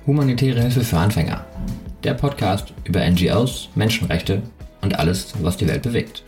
Humanitäre Hilfe für Anfänger. Der Podcast über NGOs, Menschenrechte und alles, was die Welt bewegt.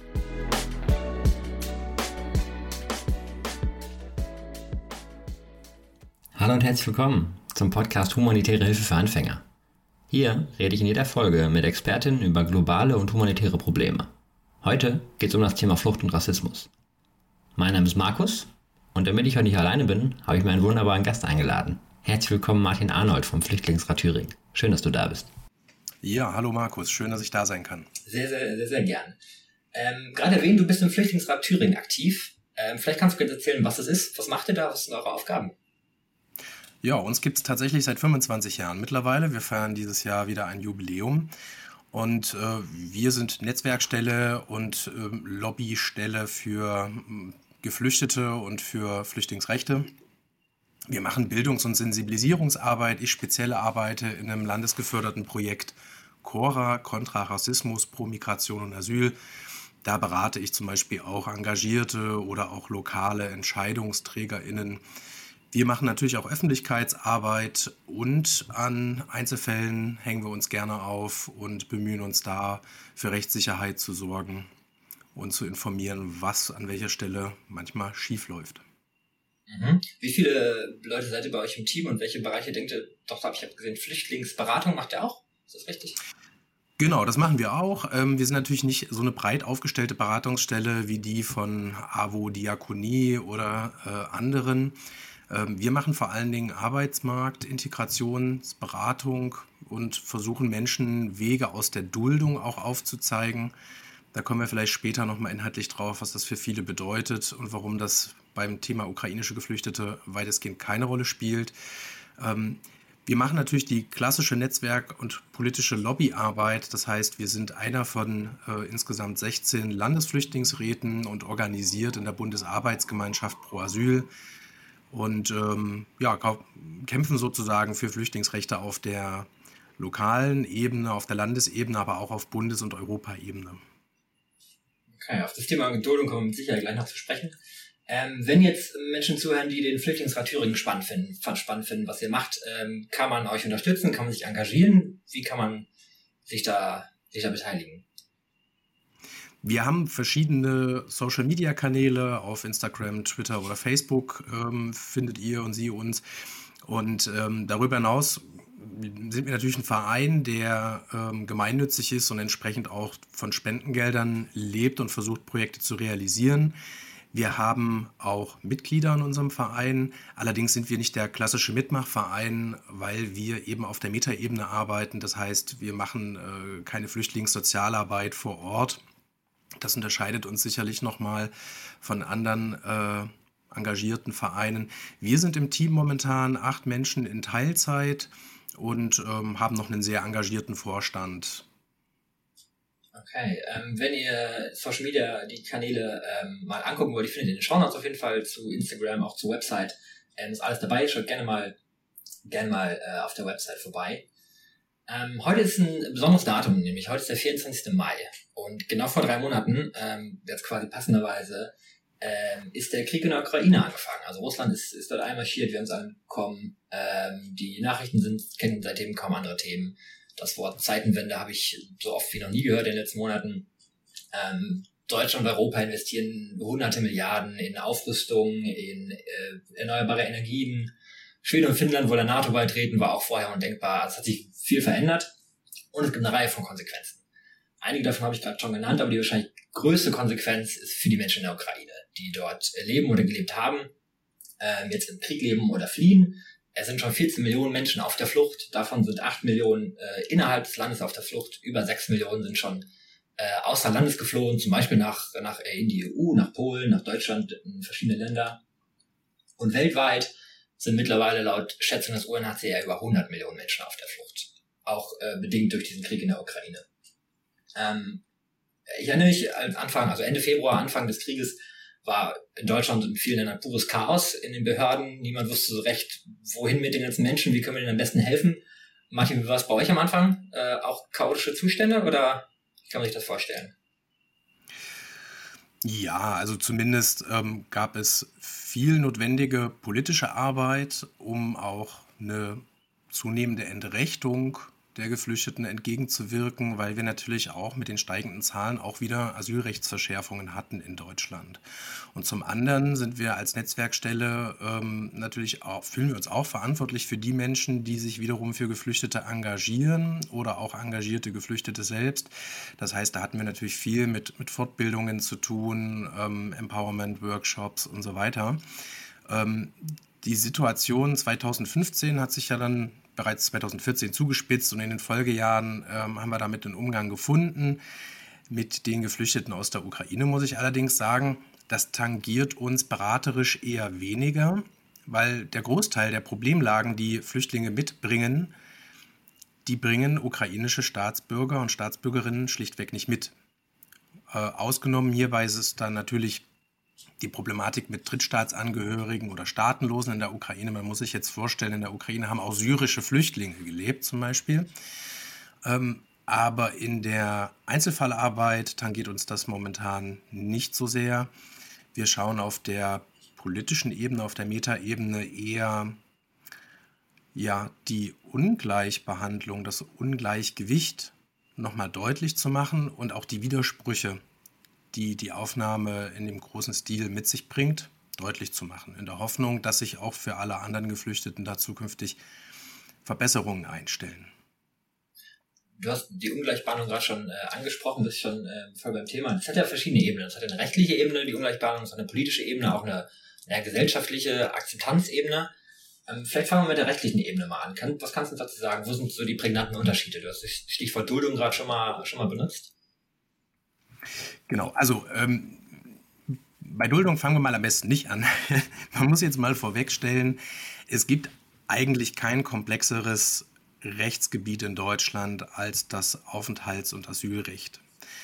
Hallo und herzlich willkommen zum Podcast Humanitäre Hilfe für Anfänger. Hier rede ich in jeder Folge mit Expertinnen über globale und humanitäre Probleme. Heute geht es um das Thema Flucht und Rassismus. Mein Name ist Markus und damit ich heute nicht alleine bin, habe ich mir einen wunderbaren Gast eingeladen. Herzlich willkommen Martin Arnold vom Flüchtlingsrat Thüringen. Schön, dass du da bist. Ja, hallo Markus, schön, dass ich da sein kann. Sehr gern. Gerade erwähnt, du bist im Flüchtlingsrat Thüringen aktiv. Vielleicht kannst du kurz erzählen, was das ist. Was macht ihr da? Was sind eure Aufgaben? Ja, uns gibt es tatsächlich seit 25 Jahren mittlerweile. Wir feiern dieses Jahr wieder ein Jubiläum. Und wir sind Netzwerkstelle und Lobbystelle für Geflüchtete und für Flüchtlingsrechte. Wir machen Bildungs- und Sensibilisierungsarbeit. Ich speziell arbeite in einem landesgeförderten Projekt CORA, Kontra Rassismus, Pro Migration und Asyl. Da berate ich zum Beispiel auch Engagierte oder auch lokale EntscheidungsträgerInnen. Wir machen natürlich auch Öffentlichkeitsarbeit und an Einzelfällen hängen wir uns gerne auf und bemühen uns da für Rechtssicherheit zu sorgen und zu informieren, was an welcher Stelle manchmal schief läuft. Wie viele Leute seid ihr bei euch im Team und welche Bereiche denkt ihr? Doch, ich habe gesehen, Flüchtlingsberatung macht ihr auch. Ist das richtig? Genau, das machen wir auch. Wir sind natürlich nicht so eine breit aufgestellte Beratungsstelle wie die von AWO Diakonie oder anderen. Wir machen vor allen Dingen Arbeitsmarkt, Integrationsberatung und versuchen Menschen Wege aus der Duldung auch aufzuzeigen. Da kommen wir vielleicht später nochmal inhaltlich drauf, was das für viele bedeutet und warum das beim Thema ukrainische Geflüchtete weitestgehend keine Rolle spielt. Wir machen natürlich die klassische Netzwerk- und politische Lobbyarbeit. Das heißt, wir sind einer von insgesamt 16 Landesflüchtlingsräten und organisiert in der Bundesarbeitsgemeinschaft Pro Asyl. Und kämpfen sozusagen für Flüchtlingsrechte auf der lokalen Ebene, auf der Landesebene, aber auch auf Bundes- und Europaebene. Okay, auf das Thema Duldung kommen wir mit Sicherheit gleich noch zu sprechen. Wenn jetzt Menschen zuhören, die den Flüchtlingsrat Thüringen spannend finden, was ihr macht, kann man euch unterstützen, kann man sich engagieren? Wie kann man sich da beteiligen? Wir haben verschiedene Social-Media-Kanäle auf Instagram, Twitter oder Facebook, findet ihr und sie uns. Und darüber hinaus sind wir natürlich ein Verein, der gemeinnützig ist und entsprechend auch von Spendengeldern lebt und versucht, Projekte zu realisieren. Wir haben auch Mitglieder in unserem Verein. Allerdings sind wir nicht der klassische Mitmachverein, weil wir eben auf der Metaebene arbeiten. Das heißt, wir machen keine Flüchtlingssozialarbeit vor Ort. Das unterscheidet uns sicherlich nochmal von anderen engagierten Vereinen. Wir sind im Team momentan 8 Menschen in Teilzeit und haben noch einen sehr engagierten Vorstand. Okay, wenn ihr Social Media, die Kanäle mal angucken wollt, die findet ihr in den Shownotes auf jeden Fall, zu Instagram, auch zur Website. Ist alles dabei, schaut gerne mal auf der Website vorbei. Heute ist ein besonderes Datum, nämlich heute ist der 24. Mai. Und genau vor 3 Monaten, jetzt quasi passenderweise, ist der Krieg in der Ukraine angefangen. Also Russland ist dort einmarschiert, wir haben es angekommen. Die Nachrichten kennen seitdem kaum andere Themen. Das Wort Zeitenwende habe ich so oft wie noch nie gehört in den letzten Monaten. Deutschland und Europa investieren hunderte Milliarden in Aufrüstung, in erneuerbare Energien. Schweden und Finnland wollen der NATO beitreten, war auch vorher undenkbar. Es hat sich viel verändert und es gibt eine Reihe von Konsequenzen. Einige davon habe ich gerade schon genannt, aber die wahrscheinlich größte Konsequenz ist für die Menschen in der Ukraine, die dort leben oder gelebt haben, jetzt im Krieg leben oder fliehen. Es sind schon 14 Millionen Menschen auf der Flucht, davon sind 8 Millionen innerhalb des Landes auf der Flucht, über 6 Millionen sind schon außer Landes geflohen, zum Beispiel in die EU, nach Polen, nach Deutschland, in verschiedene Länder. Und weltweit sind mittlerweile laut Schätzung des UNHCR über 100 Millionen Menschen auf der Flucht, auch bedingt durch diesen Krieg in der Ukraine. Ich erinnere mich also Ende Februar, Anfang des Krieges, war in Deutschland und in vielen Ländern pures Chaos in den Behörden. Niemand wusste so recht, wohin mit den ganzen Menschen, wie können wir denen am besten helfen. Martin, wie war es bei euch am Anfang? Auch chaotische Zustände oder wie kann man sich das vorstellen? Ja, also zumindest gab es viel notwendige politische Arbeit, um auch eine zunehmende Entrechtung der Geflüchteten entgegenzuwirken, weil wir natürlich auch mit den steigenden Zahlen auch wieder Asylrechtsverschärfungen hatten in Deutschland. Und zum anderen sind wir als Netzwerkstelle natürlich auch, fühlen wir uns auch verantwortlich für die Menschen, die sich wiederum für Geflüchtete engagieren oder auch engagierte Geflüchtete selbst. Das heißt, da hatten wir natürlich viel mit Fortbildungen zu tun, Empowerment-Workshops und so weiter. Die Situation 2015 hat sich ja dann bereits 2014 zugespitzt und in den Folgejahren haben wir damit einen Umgang gefunden. Mit den Geflüchteten aus der Ukraine muss ich allerdings sagen, das tangiert uns beraterisch eher weniger, weil der Großteil der Problemlagen, die Flüchtlinge mitbringen, die bringen ukrainische Staatsbürger und Staatsbürgerinnen schlichtweg nicht mit. Ausgenommen hierbei ist es dann natürlich die Problematik mit Drittstaatsangehörigen oder Staatenlosen in der Ukraine. Man muss sich jetzt vorstellen, in der Ukraine haben auch syrische Flüchtlinge gelebt zum Beispiel. Aber in der Einzelfallarbeit tangiert uns das momentan nicht so sehr. Wir schauen auf der politischen Ebene, auf der Metaebene eher die Ungleichbehandlung, das Ungleichgewicht nochmal deutlich zu machen und auch die Widersprüche, die die Aufnahme in dem großen Stil mit sich bringt, deutlich zu machen, in der Hoffnung, dass sich auch für alle anderen Geflüchteten da zukünftig Verbesserungen einstellen. Du hast die Ungleichbehandlung gerade schon angesprochen, bist schon voll beim Thema. Das hat ja verschiedene Ebenen. Das hat eine rechtliche Ebene, die Ungleichbehandlung, das hat eine politische Ebene, auch eine gesellschaftliche Akzeptanzebene. Vielleicht fangen wir mit der rechtlichen Ebene mal an. Was kannst du dazu sagen? Wo sind so die prägnanten Unterschiede? Du hast das Stichwort Duldung gerade schon mal benutzt. Genau, also bei Duldung fangen wir mal am besten nicht an. Man muss jetzt mal vorwegstellen, es gibt eigentlich kein komplexeres Rechtsgebiet in Deutschland als das Aufenthalts- und Asylrecht.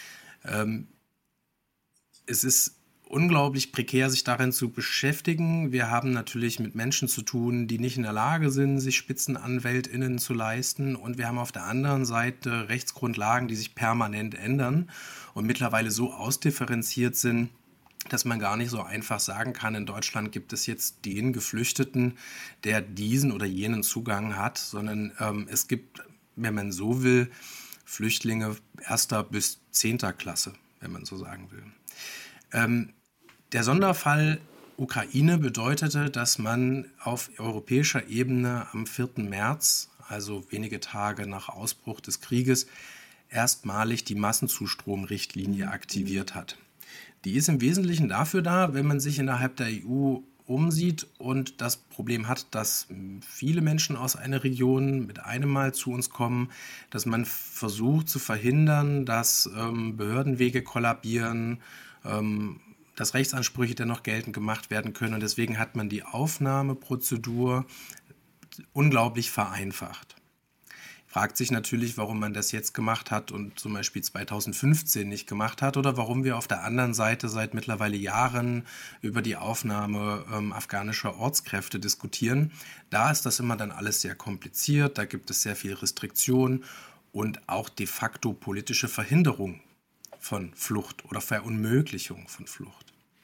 Es ist unglaublich prekär, sich darin zu beschäftigen. Wir haben natürlich mit Menschen zu tun, die nicht in der Lage sind, sich SpitzenanwältInnen zu leisten. Und wir haben auf der anderen Seite Rechtsgrundlagen, die sich permanent ändern und mittlerweile so ausdifferenziert sind, dass man gar nicht so einfach sagen kann, in Deutschland gibt es jetzt den Geflüchteten, der diesen oder jenen Zugang hat, sondern es gibt, wenn man so will, Flüchtlinge 1. bis 10. Klasse, wenn man so sagen will. Der Sonderfall Ukraine bedeutete, dass man auf europäischer Ebene am 4. März, also wenige Tage nach Ausbruch des Krieges, erstmalig die Massenzustromrichtlinie aktiviert hat. Die ist im Wesentlichen dafür da, wenn man sich innerhalb der EU umsieht und das Problem hat, dass viele Menschen aus einer Region mit einem Mal zu uns kommen, dass man versucht zu verhindern, dass Behördenwege kollabieren, dass Rechtsansprüche dennoch geltend gemacht werden können. Und deswegen hat man die Aufnahmeprozedur unglaublich vereinfacht. Fragt sich natürlich, warum man das jetzt gemacht hat und zum Beispiel 2015 nicht gemacht hat oder warum wir auf der anderen Seite seit mittlerweile Jahren über die Aufnahme afghanischer Ortskräfte diskutieren. Da ist das immer dann alles sehr kompliziert, da gibt es sehr viel Restriktion und auch de facto politische Verhinderung von Flucht oder Verunmöglichung von Flucht.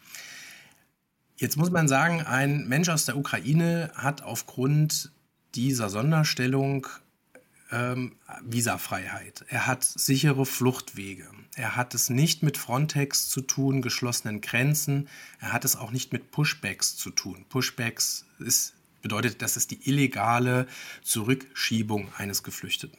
Jetzt muss man sagen, ein Mensch aus der Ukraine hat aufgrund dieser Sonderstellung Visafreiheit. Er hat sichere Fluchtwege. Er hat es nicht mit Frontex zu tun, geschlossenen Grenzen. Er hat es auch nicht mit Pushbacks zu tun. Pushbacks bedeutet, das ist die illegale Zurückschiebung eines Geflüchteten.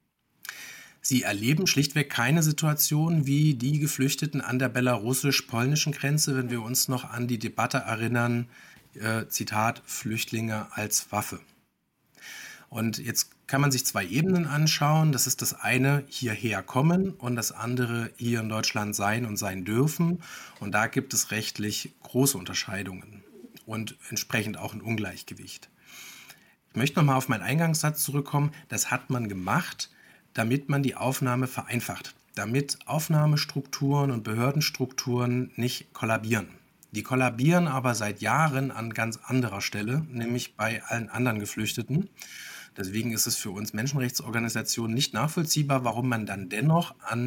Sie erleben schlichtweg keine Situation wie die Geflüchteten an der belarussisch-polnischen Grenze, wenn wir uns noch an die Debatte erinnern, Zitat, Flüchtlinge als Waffe. Und jetzt kann man sich zwei Ebenen anschauen. Das ist das eine, hierher kommen und das andere, hier in Deutschland sein und sein dürfen. Und da gibt es rechtlich große Unterscheidungen und entsprechend auch ein Ungleichgewicht. Ich möchte nochmal auf meinen Eingangssatz zurückkommen. Das hat man gemacht, damit man die Aufnahme vereinfacht, damit Aufnahmestrukturen und Behördenstrukturen nicht kollabieren. Die kollabieren aber seit Jahren an ganz anderer Stelle, nämlich bei allen anderen Geflüchteten. Deswegen ist es für uns Menschenrechtsorganisationen nicht nachvollziehbar, warum man dann dennoch an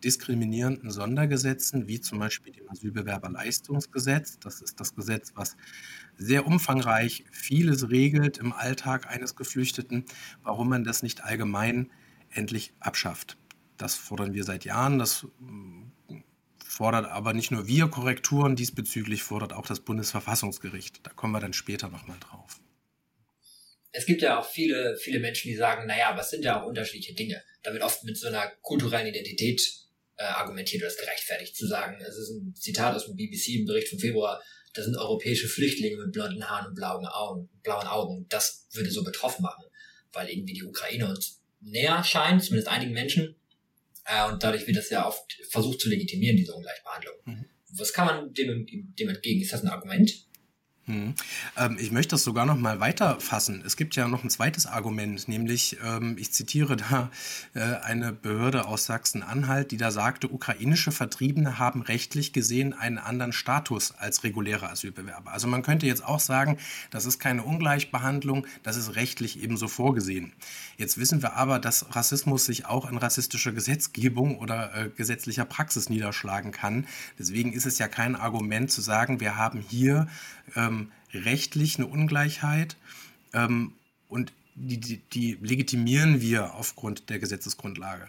diskriminierenden Sondergesetzen, wie zum Beispiel dem Asylbewerberleistungsgesetz. Das ist das Gesetz, was sehr umfangreich vieles regelt im Alltag eines Geflüchteten, warum man das nicht allgemein endlich abschafft. Das fordern wir seit Jahren, das fordert aber nicht nur wir Korrekturen, diesbezüglich fordert auch das Bundesverfassungsgericht. Da kommen wir dann später nochmal drauf. Es gibt ja auch viele Menschen, die sagen, naja, aber es sind ja auch unterschiedliche Dinge. Da wird oft mit so einer kulturellen Identität argumentiert oder ist gerechtfertigt zu sagen. Es ist ein Zitat aus dem BBC im Bericht vom Februar, das sind europäische Flüchtlinge mit blonden Haaren und blauen Augen. Das würde so betroffen machen, weil irgendwie die Ukraine uns näher scheint, zumindest einigen Menschen. Und dadurch wird das ja oft versucht zu legitimieren, diese Ungleichbehandlung. Was kann man dem entgegen? Ist das ein Argument? Ich möchte das sogar noch mal weiterfassen. Es gibt ja noch ein zweites Argument, nämlich, ich zitiere da eine Behörde aus Sachsen-Anhalt, die da sagte, ukrainische Vertriebene haben rechtlich gesehen einen anderen Status als reguläre Asylbewerber. Also man könnte jetzt auch sagen, das ist keine Ungleichbehandlung, das ist rechtlich ebenso vorgesehen. Jetzt wissen wir aber, dass Rassismus sich auch in rassistischer Gesetzgebung oder gesetzlicher Praxis niederschlagen kann. Deswegen ist es ja kein Argument zu sagen, wir haben hier rechtlich eine Ungleichheit und die legitimieren wir aufgrund der Gesetzesgrundlage.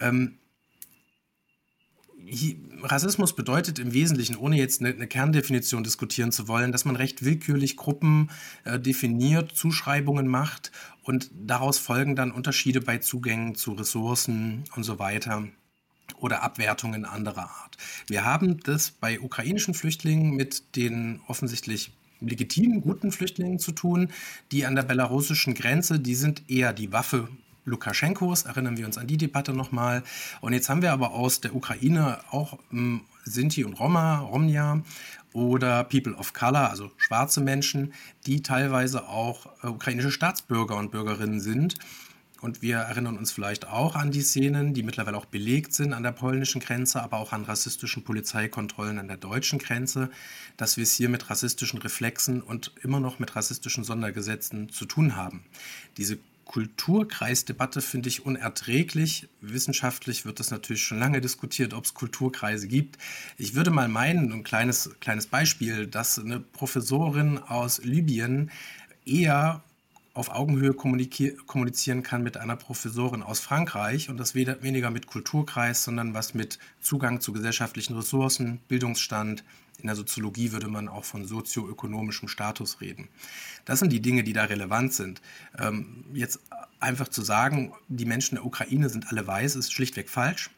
Rassismus bedeutet im Wesentlichen, ohne jetzt eine Kerndefinition diskutieren zu wollen, dass man recht willkürlich Gruppen definiert, Zuschreibungen macht und daraus folgen dann Unterschiede bei Zugängen zu Ressourcen und so weiter oder Abwertungen anderer Art. Wir haben das bei ukrainischen Flüchtlingen mit den offensichtlich legitimen, guten Flüchtlingen zu tun, die an der belarussischen Grenze, die sind eher die Waffe Lukaschenkos, erinnern wir uns an die Debatte nochmal. Und jetzt haben wir aber aus der Ukraine auch Sinti und Romja oder People of Color, also schwarze Menschen, die teilweise auch ukrainische Staatsbürger und Bürgerinnen sind. Und wir erinnern uns vielleicht auch an die Szenen, die mittlerweile auch belegt sind an der polnischen Grenze, aber auch an rassistischen Polizeikontrollen an der deutschen Grenze, dass wir es hier mit rassistischen Reflexen und immer noch mit rassistischen Sondergesetzen zu tun haben. Diese Kulturkreisdebatte finde ich unerträglich. Wissenschaftlich wird das natürlich schon lange diskutiert, ob es Kulturkreise gibt. Ich würde mal meinen, ein kleines Beispiel, dass eine Professorin aus Libyen eher auf Augenhöhe kommunizieren kann mit einer Professorin aus Frankreich und das weniger mit Kulturkreis, sondern was mit Zugang zu gesellschaftlichen Ressourcen, Bildungsstand. In der Soziologie würde man auch von sozioökonomischem Status reden. Das sind die Dinge, die da relevant sind. Jetzt einfach zu sagen, die Menschen der Ukraine sind alle weiß, ist schlichtweg falsch.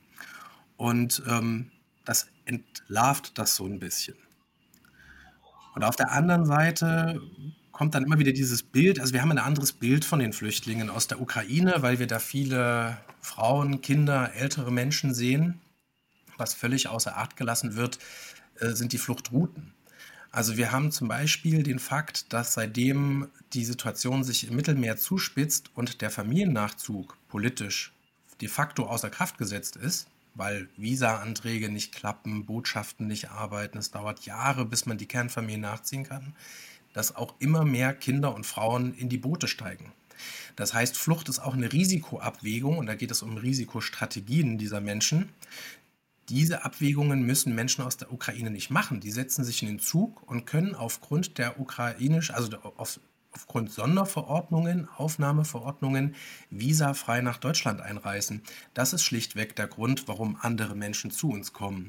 Und das entlarvt das so ein bisschen. Und auf der anderen Seite kommt dann immer wieder dieses Bild, also wir haben ein anderes Bild von den Flüchtlingen aus der Ukraine, weil wir da viele Frauen, Kinder, ältere Menschen sehen. Was völlig außer Acht gelassen wird, sind die Fluchtrouten. Also wir haben zum Beispiel den Fakt, dass seitdem die Situation sich im Mittelmeer zuspitzt und der Familiennachzug politisch de facto außer Kraft gesetzt ist, weil Visa-Anträge nicht klappen, Botschaften nicht arbeiten, es dauert Jahre, bis man die Kernfamilie nachziehen kann, dass auch immer mehr Kinder und Frauen in die Boote steigen. Das heißt, Flucht ist auch eine Risikoabwägung und da geht es um Risikostrategien dieser Menschen. Diese Abwägungen müssen Menschen aus der Ukraine nicht machen. Die setzen sich in den Zug und können aufgrund der aufgrund Sonderverordnungen, Aufnahmeverordnungen, visafrei nach Deutschland einreisen. Das ist schlichtweg der Grund, warum andere Menschen zu uns kommen.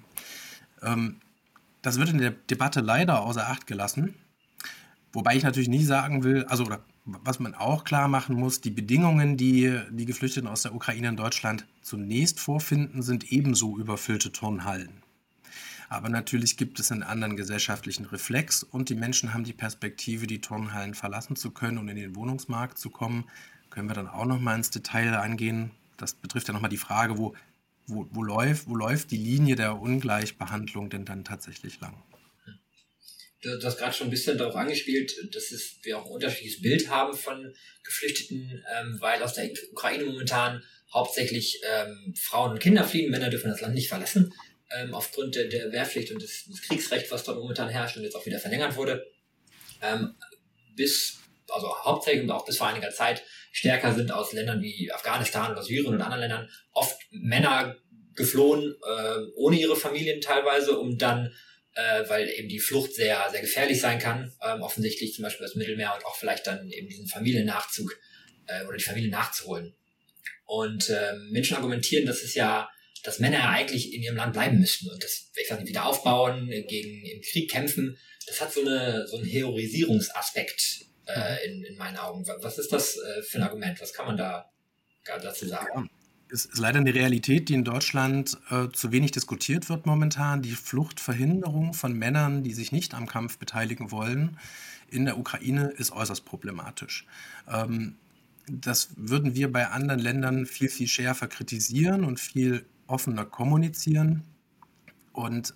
Das wird in der Debatte leider außer Acht gelassen. Wobei ich natürlich nicht sagen will, oder was man auch klar machen muss, die Bedingungen, die die Geflüchteten aus der Ukraine in Deutschland zunächst vorfinden, sind ebenso überfüllte Turnhallen. Aber natürlich gibt es einen anderen gesellschaftlichen Reflex und die Menschen haben die Perspektive, die Turnhallen verlassen zu können und in den Wohnungsmarkt zu kommen. Können wir dann auch noch mal ins Detail eingehen. Das betrifft ja nochmal die Frage, wo läuft die Linie der Ungleichbehandlung denn dann tatsächlich lang? Du hast gerade schon ein bisschen darauf angespielt, dass wir auch ein unterschiedliches Bild haben von Geflüchteten, weil aus der Ukraine momentan hauptsächlich Frauen und Kinder fliehen. Männer dürfen das Land nicht verlassen, aufgrund der Wehrpflicht und des Kriegsrechts, was dort momentan herrscht und jetzt auch wieder verlängert wurde. Hauptsächlich und auch bis vor einiger Zeit stärker sind aus Ländern wie Afghanistan oder Syrien und anderen Ländern oft Männer geflohen, ohne ihre Familien teilweise, um dann, weil eben die Flucht sehr, sehr gefährlich sein kann, offensichtlich zum Beispiel das Mittelmeer und auch vielleicht dann eben diesen Familiennachzug oder die Familie nachzuholen. Und Menschen argumentieren, dass Männer ja eigentlich in ihrem Land bleiben müssten und das, ich weiß nicht, wieder aufbauen, im Krieg kämpfen. Das hat so einen Heroisierungsaspekt in meinen Augen. Was ist das für ein Argument? Was kann man da dazu sagen? Ja, es ist leider eine Realität, die in Deutschland zu wenig diskutiert wird momentan. Die Fluchtverhinderung von Männern, die sich nicht am Kampf beteiligen wollen, in der Ukraine ist äußerst problematisch. Das würden wir bei anderen Ländern viel, viel schärfer kritisieren und viel offener kommunizieren. Und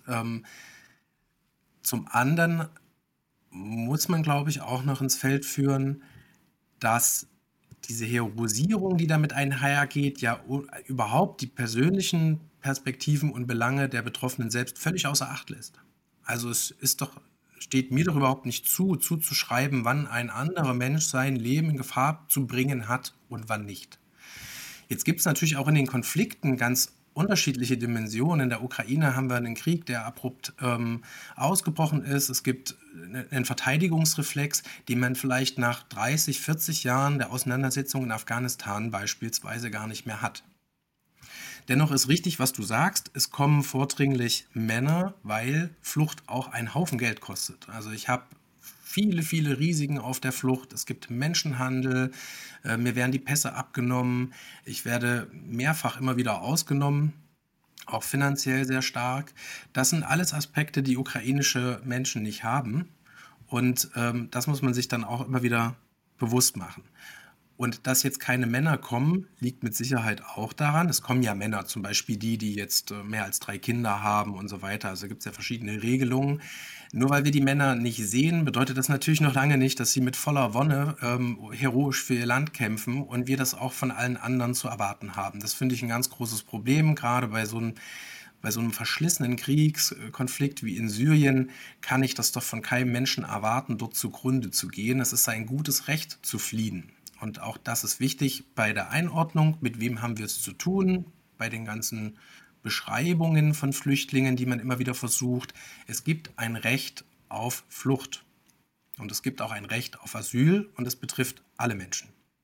zum anderen muss man, glaube ich, auch noch ins Feld führen, dass diese Heroisierung, die damit einhergeht, ja überhaupt die persönlichen Perspektiven und Belange der Betroffenen selbst völlig außer Acht lässt. Also steht mir doch überhaupt nicht zuzuschreiben, wann ein anderer Mensch sein Leben in Gefahr zu bringen hat und wann nicht. Jetzt gibt es natürlich auch in den Konflikten ganz unterschiedliche Dimensionen. In der Ukraine haben wir einen Krieg, der abrupt ausgebrochen ist. Es gibt einen Verteidigungsreflex, den man vielleicht nach 30, 40 Jahren der Auseinandersetzung in Afghanistan beispielsweise gar nicht mehr hat. Dennoch ist richtig, was du sagst, es kommen vordringlich Männer, weil Flucht auch einen Haufen Geld kostet. Also ich habe viele, viele Risiken auf der Flucht. Es gibt Menschenhandel, mir werden die Pässe abgenommen, ich werde mehrfach immer wieder ausgenommen, auch finanziell sehr stark. Das sind alles Aspekte, die ukrainische Menschen nicht haben. Und das muss man sich dann auch immer wieder bewusst machen. Und dass jetzt keine Männer kommen, liegt mit Sicherheit auch daran. Es kommen ja Männer, zum Beispiel die jetzt mehr als 3 Kinder haben und so weiter. Also gibt es ja verschiedene Regelungen. Nur weil wir die Männer nicht sehen, bedeutet das natürlich noch lange nicht, dass sie mit voller Wonne heroisch für ihr Land kämpfen und wir das auch von allen anderen zu erwarten haben. Das finde ich ein ganz großes Problem, gerade bei so einem verschlissenen Kriegskonflikt wie in Syrien kann ich das doch von keinem Menschen erwarten, dort zugrunde zu gehen. Es ist sein gutes Recht zu fliehen. Und auch das ist wichtig bei der Einordnung, mit wem haben wir es zu tun, bei den ganzen Beschreibungen von Flüchtlingen, die man immer wieder versucht. Es gibt ein Recht auf Flucht und es gibt auch ein Recht auf Asyl und es betrifft alle Menschen.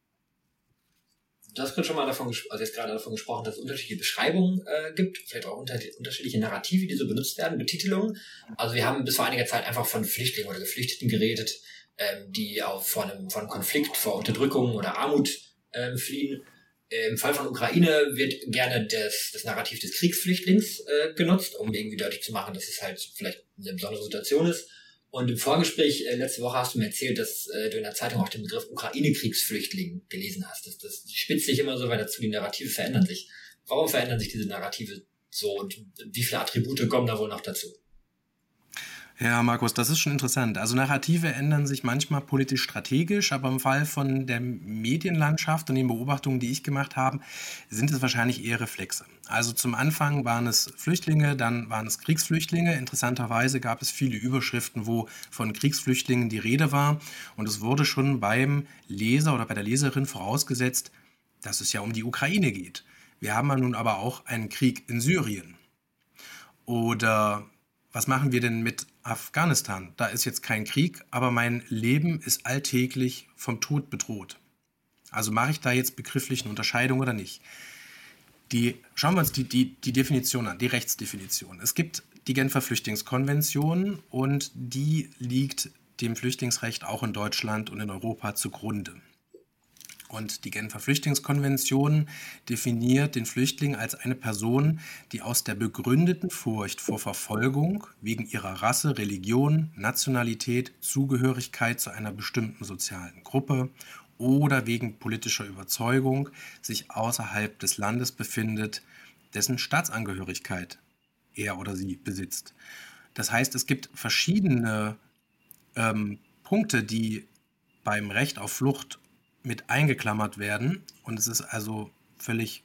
Du hast gerade schon mal davon gesprochen, dass es unterschiedliche Beschreibungen gibt, vielleicht auch unterschiedliche Narrative, die so benutzt werden, Betitelungen. Also wir haben bis vor einiger Zeit einfach von Flüchtlingen oder Geflüchteten geredet, die auch vor einem Konflikt, vor Unterdrückung oder Armut fliehen. Im Fall von Ukraine wird gerne das Narrativ des Kriegsflüchtlings genutzt, um irgendwie deutlich zu machen, dass es halt vielleicht eine besondere Situation ist. Und im Vorgespräch letzte Woche hast du mir erzählt, dass du in der Zeitung auch den Begriff Ukraine-Kriegsflüchtling gelesen hast. Das spitzt sich immer so weiter zu, die Narrative verändern sich. Warum verändern sich diese Narrative so und wie viele Attribute kommen da wohl noch dazu? Ja, Markus, das ist schon interessant. Also Narrative ändern sich manchmal politisch-strategisch, aber im Fall von der Medienlandschaft und den Beobachtungen, die ich gemacht habe, sind es wahrscheinlich eher Reflexe. Also zum Anfang waren es Flüchtlinge, dann waren es Kriegsflüchtlinge. Interessanterweise gab es viele Überschriften, wo von Kriegsflüchtlingen die Rede war. Und es wurde schon beim Leser oder bei der Leserin vorausgesetzt, dass es ja um die Ukraine geht. Wir haben ja nun aber auch einen Krieg in Syrien. Oder was machen wir denn mit Afghanistan? Da ist jetzt kein Krieg, aber mein Leben ist alltäglich vom Tod bedroht. Also mache ich da jetzt begrifflich eine Unterscheidung oder nicht? Schauen wir uns die Definition an, die Rechtsdefinition. Es gibt die Genfer Flüchtlingskonvention und die liegt dem Flüchtlingsrecht auch in Deutschland und in Europa zugrunde. Und die Genfer Flüchtlingskonvention definiert den Flüchtling als eine Person, die aus der begründeten Furcht vor Verfolgung wegen ihrer Rasse, Religion, Nationalität, Zugehörigkeit zu einer bestimmten sozialen Gruppe oder wegen politischer Überzeugung sich außerhalb des Landes befindet, dessen Staatsangehörigkeit er oder sie besitzt. Das heißt, es gibt verschiedene Punkte, die beim Recht auf Flucht mit eingeklammert werden und es ist also völlig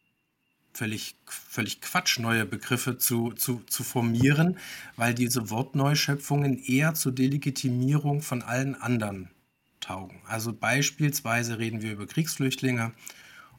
Quatsch, neue Begriffe zu formieren, weil diese Wortneuschöpfungen eher zur Delegitimierung von allen anderen taugen. Also beispielsweise reden wir über Kriegsflüchtlinge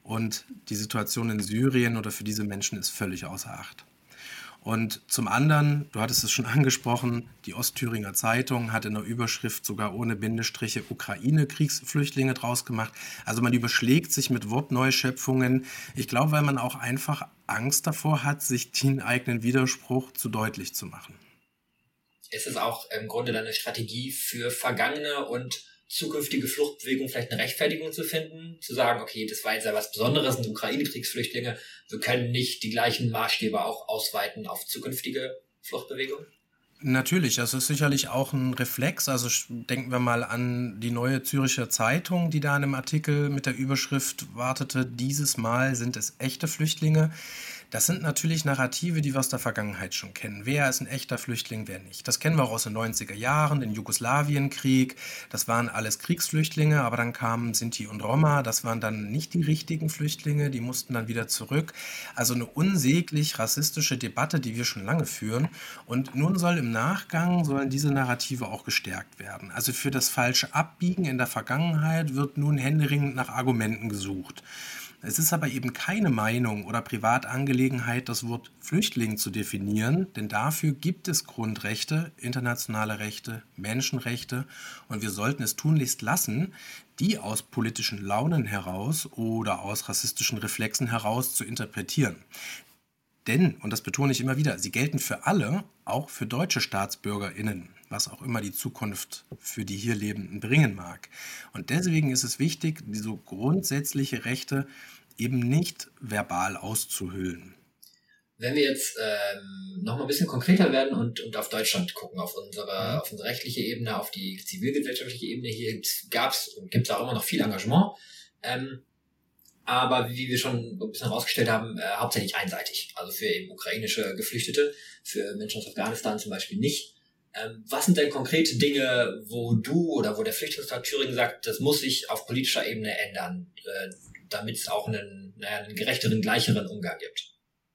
Und die Situation in Syrien oder für diese Menschen ist völlig außer Acht. Und zum anderen, du hattest es schon angesprochen, die Ostthüringer Zeitung hat in der Überschrift sogar ohne Bindestriche Ukraine-Kriegsflüchtlinge draus gemacht. Also man überschlägt sich mit Wortneuschöpfungen. Ich glaube, weil man auch einfach Angst davor hat, sich den eigenen Widerspruch zu deutlich zu machen. Ist es auch im Grunde dann eine Strategie für vergangene und zukünftige Fluchtbewegungen vielleicht eine Rechtfertigung zu finden? Zu sagen, okay, das war jetzt ja was Besonderes, eine Ukraine-Kriegsflüchtlinge, wir können nicht die gleichen Maßstäbe auch ausweiten auf zukünftige Fluchtbewegungen? Natürlich, das ist sicherlich auch ein Reflex. Also denken wir mal an die Neue Zürcher Zeitung, die da in einem Artikel mit der Überschrift wartete, dieses Mal sind es echte Flüchtlinge. Das sind natürlich Narrative, die wir aus der Vergangenheit schon kennen. Wer ist ein echter Flüchtling, wer nicht? Das kennen wir auch aus den 90er Jahren, den Jugoslawienkrieg. Das waren alles Kriegsflüchtlinge, aber dann kamen Sinti und Roma. Das waren dann nicht die richtigen Flüchtlinge, die mussten dann wieder zurück. Also eine unsäglich rassistische Debatte, die wir schon lange führen. Und nun sollen diese Narrative auch gestärkt werden. Also für das falsche Abbiegen in der Vergangenheit wird nun händeringend nach Argumenten gesucht. Es ist aber eben keine Meinung oder Privatangelegenheit, das Wort Flüchtling zu definieren, denn dafür gibt es Grundrechte, internationale Rechte, Menschenrechte und wir sollten es tunlichst lassen, die aus politischen Launen heraus oder aus rassistischen Reflexen heraus zu interpretieren. Denn, und das betone ich immer wieder, sie gelten für alle, auch für deutsche StaatsbürgerInnen, was auch immer die Zukunft für die hier Lebenden bringen mag. Und deswegen ist es wichtig, diese grundsätzliche Rechte eben nicht verbal auszuhüllen. Wenn wir jetzt noch mal ein bisschen konkreter werden und auf Deutschland gucken, auf unsere rechtliche Ebene, auf die zivilgesellschaftliche Ebene, hier gab's und gibt es auch immer noch viel Engagement. Aber wie wir schon ein bisschen herausgestellt haben, hauptsächlich einseitig. Also für eben ukrainische Geflüchtete, für Menschen aus Afghanistan zum Beispiel nicht. Was sind denn konkrete Dinge, wo du oder wo der Flüchtlingstag Thüringen sagt, das muss sich auf politischer Ebene ändern, damit es auch einen gerechteren, gleicheren Umgang gibt?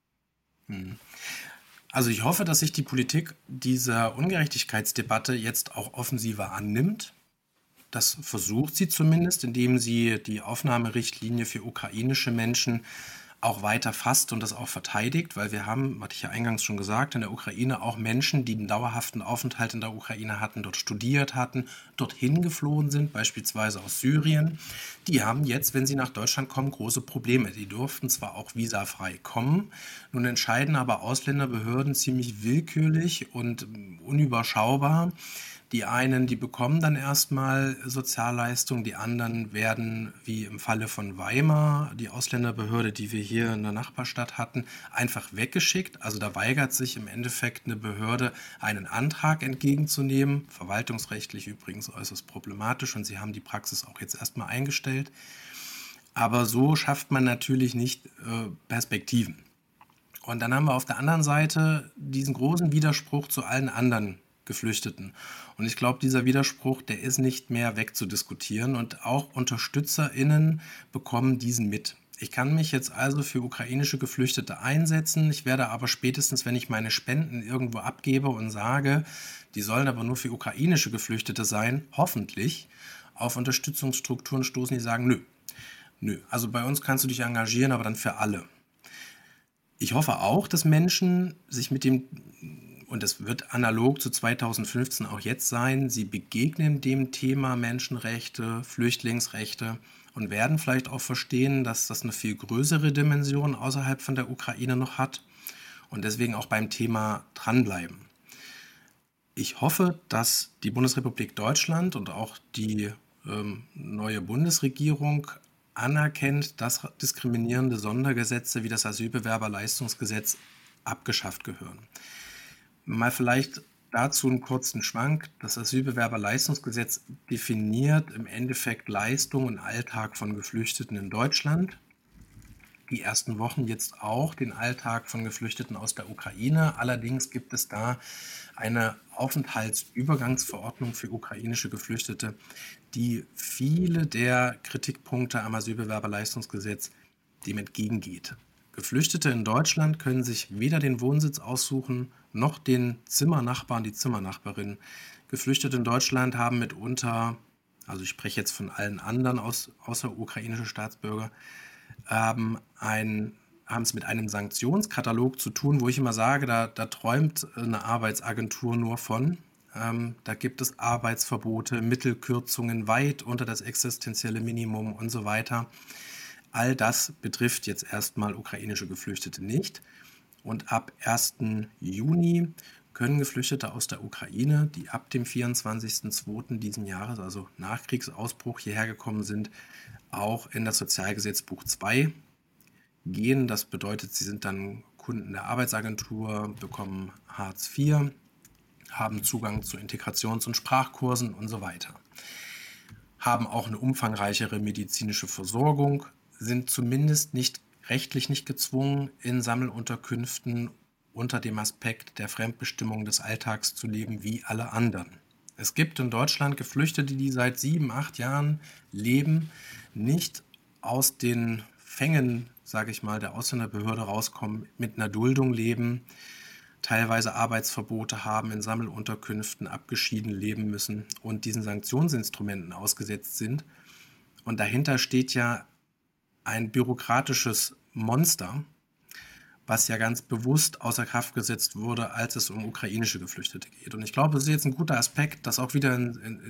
Also ich hoffe, dass sich die Politik dieser Ungerechtigkeitsdebatte jetzt auch offensiver annimmt. Das versucht sie zumindest, indem sie die Aufnahmerichtlinie für ukrainische Menschen auch weiter fasst und das auch verteidigt, weil wir haben, hatte ich ja eingangs schon gesagt, in der Ukraine auch Menschen, die einen dauerhaften Aufenthalt in der Ukraine hatten, dort studiert hatten, dorthin geflohen sind, beispielsweise aus Syrien. Die haben jetzt, wenn sie nach Deutschland kommen, große Probleme. Die durften zwar auch visafrei kommen, nun entscheiden aber Ausländerbehörden ziemlich willkürlich und unüberschaubar. Die einen, die bekommen dann erstmal Sozialleistungen, die anderen werden, wie im Falle von Weimar, die Ausländerbehörde, die wir hier in der Nachbarstadt hatten, einfach weggeschickt. Also da weigert sich im Endeffekt eine Behörde, einen Antrag entgegenzunehmen. Verwaltungsrechtlich übrigens äußerst problematisch und sie haben die Praxis auch jetzt erstmal eingestellt. Aber so schafft man natürlich nicht Perspektiven. Und dann haben wir auf der anderen Seite diesen großen Widerspruch zu allen anderen Geflüchteten. Und ich glaube, dieser Widerspruch, der ist nicht mehr wegzudiskutieren und auch UnterstützerInnen bekommen diesen mit. Ich kann mich jetzt also für ukrainische Geflüchtete einsetzen. Ich werde aber spätestens, wenn ich meine Spenden irgendwo abgebe und sage, die sollen aber nur für ukrainische Geflüchtete sein, hoffentlich auf Unterstützungsstrukturen stoßen, die sagen, nö, also bei uns kannst du dich engagieren, aber dann für alle. Ich hoffe auch, dass Menschen sich mit dem, und das wird analog zu 2015 auch jetzt sein, sie begegnen dem Thema Menschenrechte, Flüchtlingsrechte und werden vielleicht auch verstehen, dass das eine viel größere Dimension außerhalb von der Ukraine noch hat und deswegen auch beim Thema dranbleiben. Ich hoffe, dass die Bundesrepublik Deutschland und auch die neue Bundesregierung anerkennt, dass diskriminierende Sondergesetze wie das Asylbewerberleistungsgesetz abgeschafft gehören. Mal vielleicht dazu einen kurzen Schwank. Das Asylbewerberleistungsgesetz definiert im Endeffekt Leistung und Alltag von Geflüchteten in Deutschland. Die ersten Wochen jetzt auch den Alltag von Geflüchteten aus der Ukraine. Allerdings gibt es da eine Aufenthaltsübergangsverordnung für ukrainische Geflüchtete, die viele der Kritikpunkte am Asylbewerberleistungsgesetz dem entgegengeht. Geflüchtete in Deutschland können sich weder den Wohnsitz aussuchen, noch den Zimmernachbarn, die Zimmernachbarin. Geflüchtete in Deutschland haben mitunter, also ich spreche jetzt von allen anderen außer ukrainische Staatsbürger, haben es mit einem Sanktionskatalog zu tun, wo ich immer sage, da träumt eine Arbeitsagentur nur von. Da gibt es Arbeitsverbote, Mittelkürzungen weit unter das existenzielle Minimum und so weiter. All das betrifft jetzt erstmal ukrainische Geflüchtete nicht. Und ab 1. Juni können Geflüchtete aus der Ukraine, die ab dem 24.02. diesen Jahres, also nach Kriegsausbruch, hierher gekommen sind, auch in das Sozialgesetzbuch 2 gehen. Das bedeutet, sie sind dann Kunden der Arbeitsagentur, bekommen Hartz IV, haben Zugang zu Integrations- und Sprachkursen und so weiter, haben auch eine umfangreichere medizinische Versorgung, sind zumindest rechtlich nicht gezwungen, in Sammelunterkünften unter dem Aspekt der Fremdbestimmung des Alltags zu leben wie alle anderen. Es gibt in Deutschland Geflüchtete, die seit 7, 8 Jahren leben, nicht aus den Fängen, sage ich mal, der Ausländerbehörde rauskommen, mit einer Duldung leben, teilweise Arbeitsverbote haben, in Sammelunterkünften abgeschieden leben müssen und diesen Sanktionsinstrumenten ausgesetzt sind. Und dahinter steht ja ein bürokratisches Monster, was ja ganz bewusst außer Kraft gesetzt wurde, als es um ukrainische Geflüchtete geht. Und ich glaube, es ist jetzt ein guter Aspekt, das auch wieder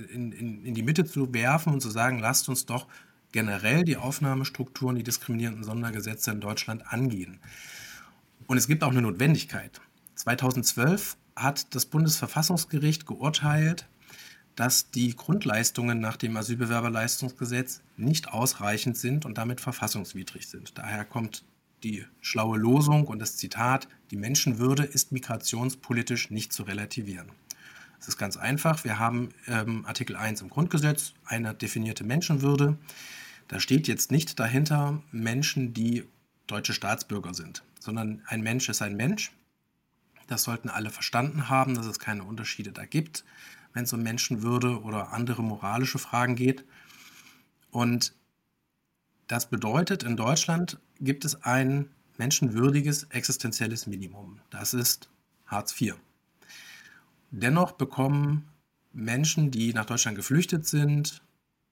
in die Mitte zu werfen und zu sagen, lasst uns doch generell die Aufnahmestrukturen, die diskriminierenden Sondergesetze in Deutschland angehen. Und es gibt auch eine Notwendigkeit. 2012 hat das Bundesverfassungsgericht geurteilt, dass die Grundleistungen nach dem Asylbewerberleistungsgesetz nicht ausreichend sind und damit verfassungswidrig sind. Daher kommt die schlaue Losung und das Zitat: Die Menschenwürde ist migrationspolitisch nicht zu relativieren. Es ist ganz einfach. Wir haben Artikel 1 im Grundgesetz, eine definierte Menschenwürde. Da steht jetzt nicht dahinter Menschen, die deutsche Staatsbürger sind, sondern ein Mensch ist ein Mensch. Das sollten alle verstanden haben, dass es keine Unterschiede da gibt, wenn es um Menschenwürde oder andere moralische Fragen geht. Und das bedeutet, in Deutschland gibt es ein menschenwürdiges existenzielles Minimum. Das ist Hartz IV. Dennoch bekommen Menschen, die nach Deutschland geflüchtet sind,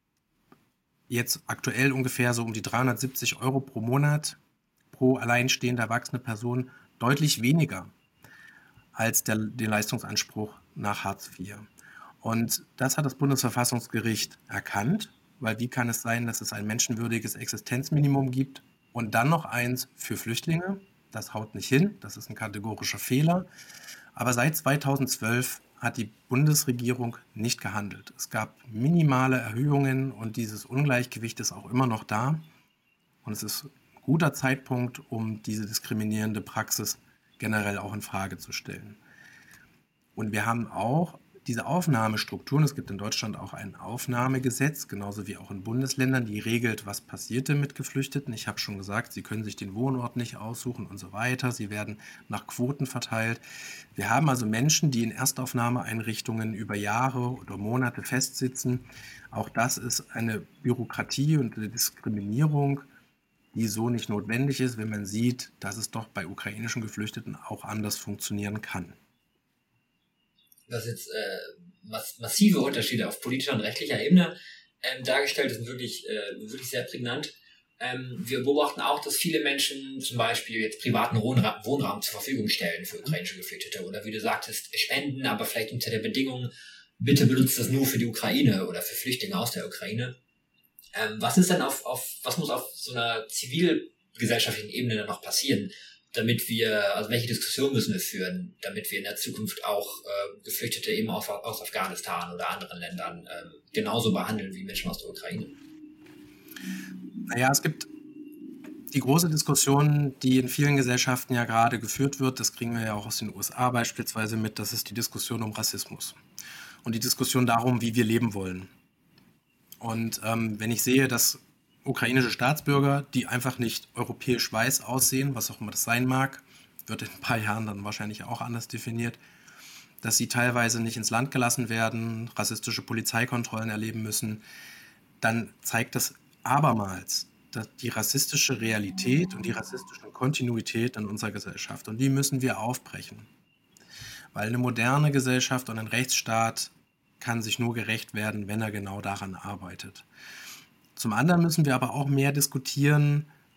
jetzt aktuell ungefähr so um die 370 € pro Monat pro alleinstehende erwachsene Person, deutlich weniger als den Leistungsanspruch nach Hartz IV. Und das hat das Bundesverfassungsgericht erkannt, weil wie kann es sein, dass es ein menschenwürdiges Existenzminimum gibt und dann noch eins für Flüchtlinge? Das haut nicht hin, das ist ein kategorischer Fehler. Aber seit 2012 hat die Bundesregierung nicht gehandelt. Es gab minimale Erhöhungen und dieses Ungleichgewicht ist auch immer noch da. Und es ist ein guter Zeitpunkt, um diese diskriminierende Praxis generell auch in Frage zu stellen. Und wir haben auch diese Aufnahmestrukturen. Es gibt in Deutschland auch ein Aufnahmegesetz, genauso wie auch in Bundesländern, die regelt, was passierte mit Geflüchteten. Ich habe schon gesagt, sie können sich den Wohnort nicht aussuchen und so weiter. Sie werden nach Quoten verteilt. Wir haben also Menschen, die in Erstaufnahmeeinrichtungen über Jahre oder Monate festsitzen. Auch das ist eine Bürokratie und eine Diskriminierung, die so nicht notwendig ist, wenn man sieht, dass es doch bei ukrainischen Geflüchteten auch anders funktionieren kann. Das jetzt massive Unterschiede auf politischer und rechtlicher Ebene dargestellt, sind wirklich sehr prägnant. Wir beobachten auch, dass viele Menschen zum Beispiel jetzt privaten Wohnraum zur Verfügung stellen für ukrainische Geflüchtete oder wie du sagtest, spenden, aber vielleicht unter der Bedingung, bitte benutzt das nur für die Ukraine oder für Flüchtlinge aus der Ukraine. Was ist denn was muss auf so einer zivilgesellschaftlichen Ebene dann noch passieren, damit also welche Diskussion müssen wir führen, damit wir in der Zukunft auch Geflüchtete eben aus Afghanistan oder anderen Ländern genauso behandeln wie Menschen aus der Ukraine? Naja, es gibt die große Diskussion, die in vielen Gesellschaften ja gerade geführt wird, das kriegen wir ja auch aus den USA beispielsweise mit, das ist die Diskussion um Rassismus und die Diskussion darum, wie wir leben wollen. Und wenn ich sehe, dass ukrainische Staatsbürger, die einfach nicht europäisch weiß aussehen, was auch immer das sein mag, wird in ein paar Jahren dann wahrscheinlich auch anders definiert, dass sie teilweise nicht ins Land gelassen werden, rassistische Polizeikontrollen erleben müssen, dann zeigt das abermals die rassistische Realität und die rassistische Kontinuität in unserer Gesellschaft. Und die müssen wir aufbrechen. Weil eine moderne Gesellschaft und ein Rechtsstaat kann sich nur gerecht werden, wenn er genau daran arbeitet. Zum anderen müssen wir aber auch mehr diskutieren,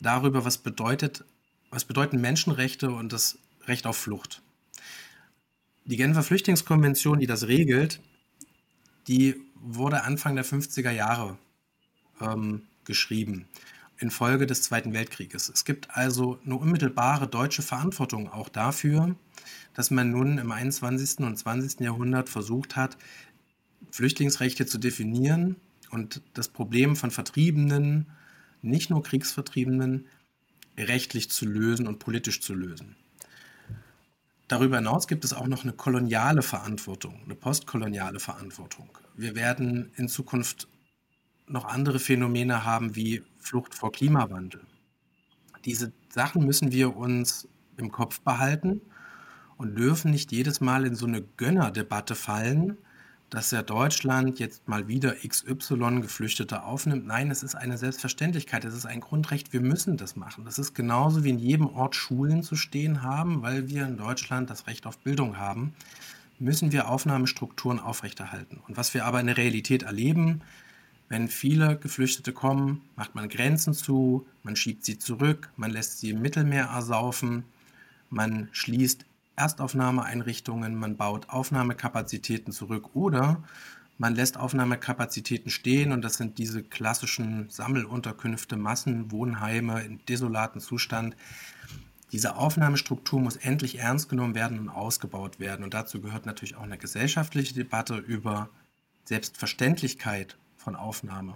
darüber, was bedeuten Menschenrechte und das Recht auf Flucht. Die Genfer Flüchtlingskonvention, die das regelt, die wurde Anfang der 50er Jahre geschrieben, infolge des Zweiten Weltkrieges. Es gibt also eine unmittelbare deutsche Verantwortung auch dafür, dass man nun im 21. und 20. Jahrhundert versucht hat, Flüchtlingsrechte zu definieren und das Problem von Vertriebenen, nicht nur Kriegsvertriebenen, rechtlich zu lösen und politisch zu lösen. Darüber hinaus gibt es auch noch eine koloniale Verantwortung, eine postkoloniale Verantwortung. Wir werden in Zukunft noch andere Phänomene haben wie Flucht vor Klimawandel. Diese Sachen müssen wir uns im Kopf behalten und dürfen nicht jedes Mal in so eine Gönnerdebatte fallen, dass ja Deutschland jetzt mal wieder XY Geflüchtete aufnimmt. Nein, es ist eine Selbstverständlichkeit, es ist ein Grundrecht, wir müssen das machen. Das ist genauso wie in jedem Ort Schulen zu stehen haben, weil wir in Deutschland das Recht auf Bildung haben, müssen wir Aufnahmestrukturen aufrechterhalten. Und was wir aber in der Realität erleben, wenn viele Geflüchtete kommen, macht man Grenzen zu, man schiebt sie zurück, man lässt sie im Mittelmeer ersaufen, man schließt Erstaufnahmeeinrichtungen, man baut Aufnahmekapazitäten zurück oder man lässt Aufnahmekapazitäten stehen und das sind diese klassischen Sammelunterkünfte, Massenwohnheime in desolatem Zustand. Diese Aufnahmestruktur muss endlich ernst genommen werden und ausgebaut werden und dazu gehört natürlich auch eine gesellschaftliche Debatte über Selbstverständlichkeit von Aufnahme.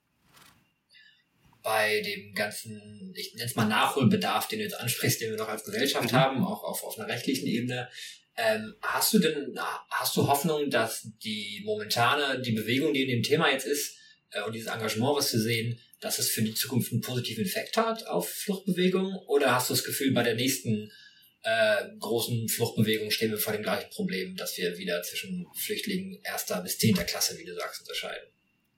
Bei dem ganzen, ich nenne es mal Nachholbedarf, den du jetzt ansprichst, den wir noch als Gesellschaft haben, auch auf einer rechtlichen Ebene, hast du Hoffnung, dass die Bewegung, die in dem Thema jetzt ist, und dieses Engagement, was wir sehen, dass es für die Zukunft einen positiven Effekt hat auf Fluchtbewegungen? Oder hast du das Gefühl, bei der nächsten großen Fluchtbewegung stehen wir vor dem gleichen Problem, dass wir wieder zwischen Flüchtlingen 1. bis 10. Klasse, wie du sagst, unterscheiden?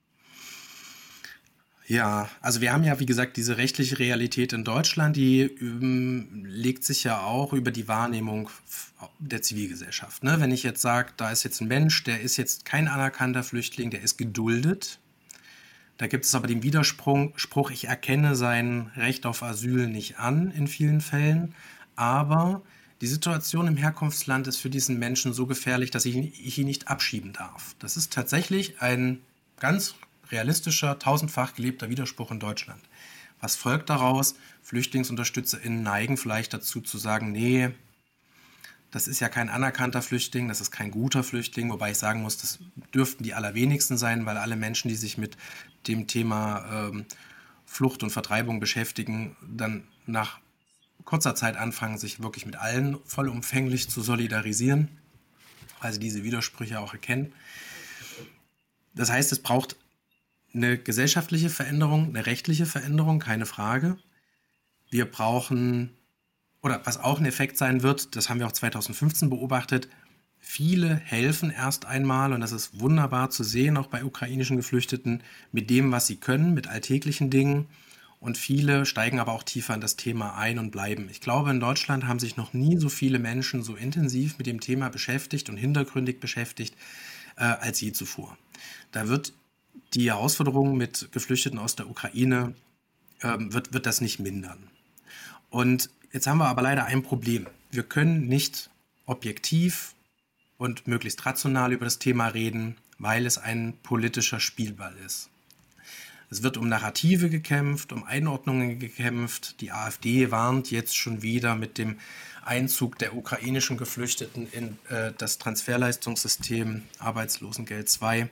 Ja, also wir haben ja, wie gesagt, diese rechtliche Realität in Deutschland, die legt sich ja auch über die Wahrnehmung der Zivilgesellschaft. Ne? Wenn ich jetzt sage, da ist jetzt ein Mensch, der ist jetzt kein anerkannter Flüchtling, der ist geduldet. Da gibt es aber den Widerspruch, ich erkenne sein Recht auf Asyl nicht an in vielen Fällen, aber die Situation im Herkunftsland ist für diesen Menschen so gefährlich, dass ich ihn nicht abschieben darf. Das ist tatsächlich ein ganz realistischer, tausendfach gelebter Widerspruch in Deutschland. Was folgt daraus? FlüchtlingsunterstützerInnen neigen vielleicht dazu zu sagen, nee, das ist ja kein anerkannter Flüchtling, das ist kein guter Flüchtling, wobei ich sagen muss, das dürften die allerwenigsten sein, weil alle Menschen, die sich mit dem Thema Flucht und Vertreibung beschäftigen, dann nach kurzer Zeit anfangen, sich wirklich mit allen vollumfänglich zu solidarisieren, weil sie diese Widersprüche auch erkennen. Das heißt, es braucht eine gesellschaftliche Veränderung, eine rechtliche Veränderung, keine Frage. Wir brauchen, oder was auch ein Effekt sein wird, das haben wir auch 2015 beobachtet, viele helfen erst einmal, und das ist wunderbar zu sehen, auch bei ukrainischen Geflüchteten, mit dem, was sie können, mit alltäglichen Dingen. Und viele steigen aber auch tiefer in das Thema ein und bleiben. Ich glaube, in Deutschland haben sich noch nie so viele Menschen so intensiv mit dem Thema beschäftigt und hintergründig beschäftigt als je zuvor. Da wird die Herausforderung mit Geflüchteten aus der Ukraine wird das nicht mindern. Und jetzt haben wir aber leider ein Problem. Wir können nicht objektiv und möglichst rational über das Thema reden, weil es ein politischer Spielball ist. Es wird um Narrative gekämpft, um Einordnungen gekämpft. Die AfD warnt jetzt schon wieder mit dem Einzug der ukrainischen Geflüchteten in das Transferleistungssystem Arbeitslosengeld II,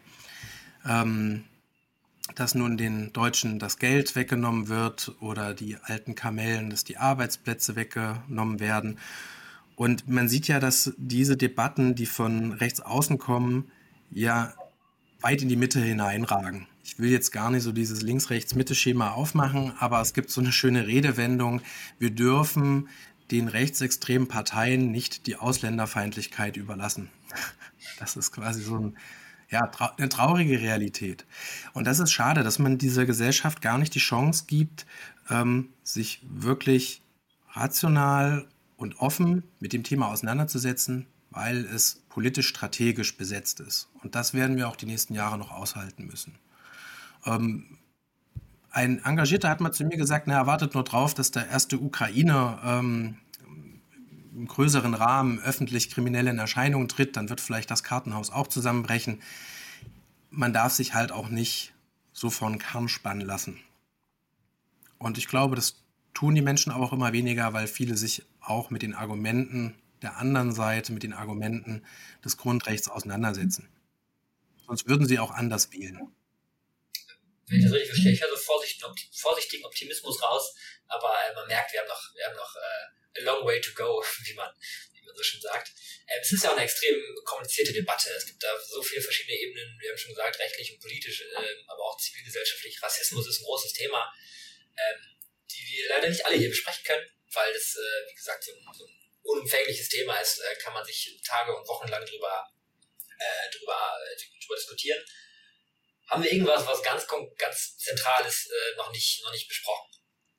dass nun den Deutschen das Geld weggenommen wird oder die alten Kamellen, dass die Arbeitsplätze weggenommen werden. Und man sieht ja, dass diese Debatten, die von rechts außen kommen, ja weit in die Mitte hineinragen. Ich will jetzt gar nicht so dieses Links-Rechts-Mitte-Schema aufmachen, aber es gibt so eine schöne Redewendung, wir dürfen den rechtsextremen Parteien nicht die Ausländerfeindlichkeit überlassen. Das ist quasi so eine traurige Realität. Und das ist schade, dass man dieser Gesellschaft gar nicht die Chance gibt, sich wirklich rational und offen mit dem Thema auseinanderzusetzen, weil es politisch strategisch besetzt ist. Und das werden wir auch die nächsten Jahre noch aushalten müssen. Ein Engagierter hat mal zu mir gesagt, na, er wartet nur drauf, dass der erste Ukrainer im größeren Rahmen öffentlich kriminell in Erscheinung tritt, dann wird vielleicht das Kartenhaus auch zusammenbrechen. Man darf sich halt auch nicht so vor den Karren spannen lassen. Und ich glaube, das tun die Menschen auch immer weniger, weil viele sich auch mit den Argumenten der anderen Seite, mit den Argumenten des Grundrechts auseinandersetzen. Sonst würden sie auch anders wählen. Wenn ich das richtig verstehe, ich höre so vorsichtigen Optimismus raus, aber man merkt, wir haben noch a long way to go, wie man so schön sagt. Es ist ja auch eine extrem komplizierte Debatte. Es gibt da so viele verschiedene Ebenen, wir haben schon gesagt, rechtlich und politisch, aber auch zivilgesellschaftlich. Rassismus ist ein großes Thema, die wir leider nicht alle hier besprechen können, weil das, wie gesagt, so ein unumfängliches Thema ist, kann man sich Tage und Wochen lang drüber diskutieren. Haben wir irgendwas, was ganz Zentrales noch nicht besprochen?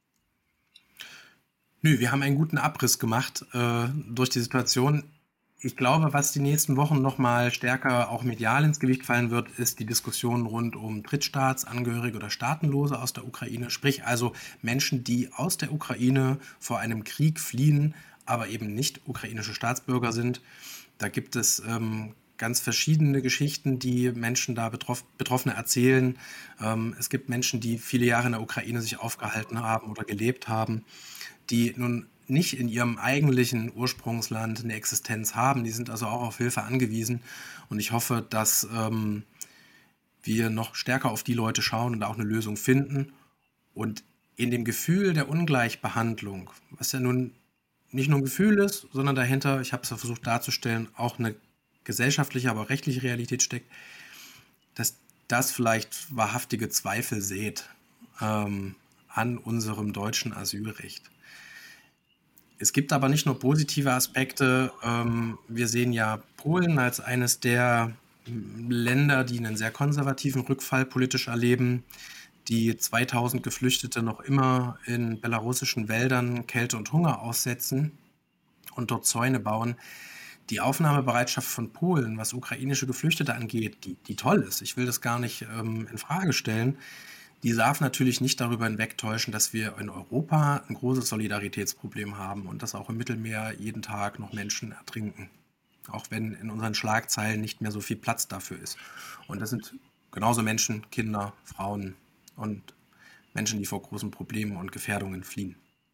Nö, wir haben einen guten Abriss gemacht durch die Situation. Ich glaube, was die nächsten Wochen nochmal stärker auch medial ins Gewicht fallen wird, ist die Diskussion rund um Drittstaatsangehörige oder Staatenlose aus der Ukraine. Sprich also Menschen, die aus der Ukraine vor einem Krieg fliehen, aber eben nicht ukrainische Staatsbürger sind. Da gibt es ganz verschiedene Geschichten, die Menschen da Betroffene erzählen. Es gibt Menschen, die viele Jahre in der Ukraine sich aufgehalten haben oder gelebt haben, die nun nicht in ihrem eigentlichen Ursprungsland eine Existenz haben. Die sind also auch auf Hilfe angewiesen. Und ich hoffe, dass wir noch stärker auf die Leute schauen und auch eine Lösung finden. Und in dem Gefühl der Ungleichbehandlung, was ja nun nicht nur ein Gefühl ist, sondern dahinter, ich habe es ja versucht darzustellen, auch eine gesellschaftliche, aber auch rechtliche Realität steckt, dass das vielleicht wahrhaftige Zweifel sät an unserem deutschen Asylrecht. Es gibt aber nicht nur positive Aspekte. Wir sehen ja Polen als eines der Länder, die einen sehr konservativen Rückfall politisch erleben, die 2000 Geflüchtete noch immer in belarussischen Wäldern Kälte und Hunger aussetzen und dort Zäune bauen. Die Aufnahmebereitschaft von Polen, was ukrainische Geflüchtete angeht, die toll ist, ich will das gar nicht in Frage stellen, die darf natürlich nicht darüber hinwegtäuschen, dass wir in Europa ein großes Solidaritätsproblem haben und dass auch im Mittelmeer jeden Tag noch Menschen ertrinken. Auch wenn in unseren Schlagzeilen nicht mehr so viel Platz dafür ist. Und das sind genauso Menschen, Kinder, Frauen und Menschen, die vor großen Problemen und Gefährdungen fliehen.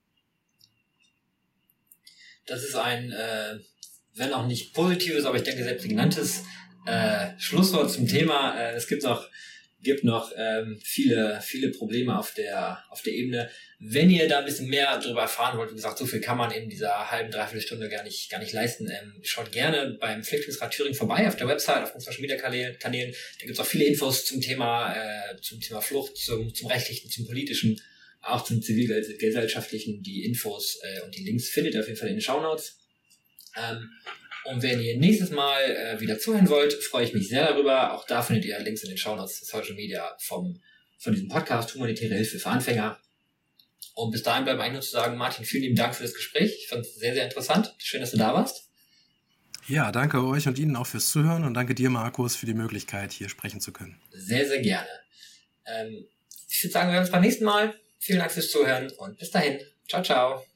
Das ist ein, wenn auch nicht positives, aber ich denke selbst genanntes Schlusswort zum Thema. Es gibt noch viele Probleme auf der Ebene. Wenn ihr da ein bisschen mehr darüber erfahren wollt, wie gesagt, so viel kann man in dieser halben, dreiviertel Stunde gar nicht leisten. Schaut gerne beim Flüchtlingsrat Thüringen vorbei auf der Website, auf unseren Social Media Kanälen. Da gibt's auch viele Infos zum Thema Flucht, zum rechtlichen, zum politischen, auch zum zivilgesellschaftlichen. Die Infos und die Links findet ihr auf jeden Fall in den Shownotes. Und wenn ihr nächstes Mal wieder zuhören wollt, freue ich mich sehr darüber. Auch da findet ihr Links in den Shownotes zu Social Media von diesem Podcast Humanitäre Hilfe für Anfänger. Und bis dahin bleibt eigentlich nur zu sagen, Martin, vielen lieben Dank für das Gespräch. Ich fand es sehr, sehr interessant. Schön, dass du da warst. Ja, danke euch und Ihnen auch fürs Zuhören und danke dir, Markus, für die Möglichkeit, hier sprechen zu können. Sehr, sehr gerne. Ich würde sagen, wir hören uns beim nächsten Mal. Vielen Dank fürs Zuhören und bis dahin. Ciao, ciao.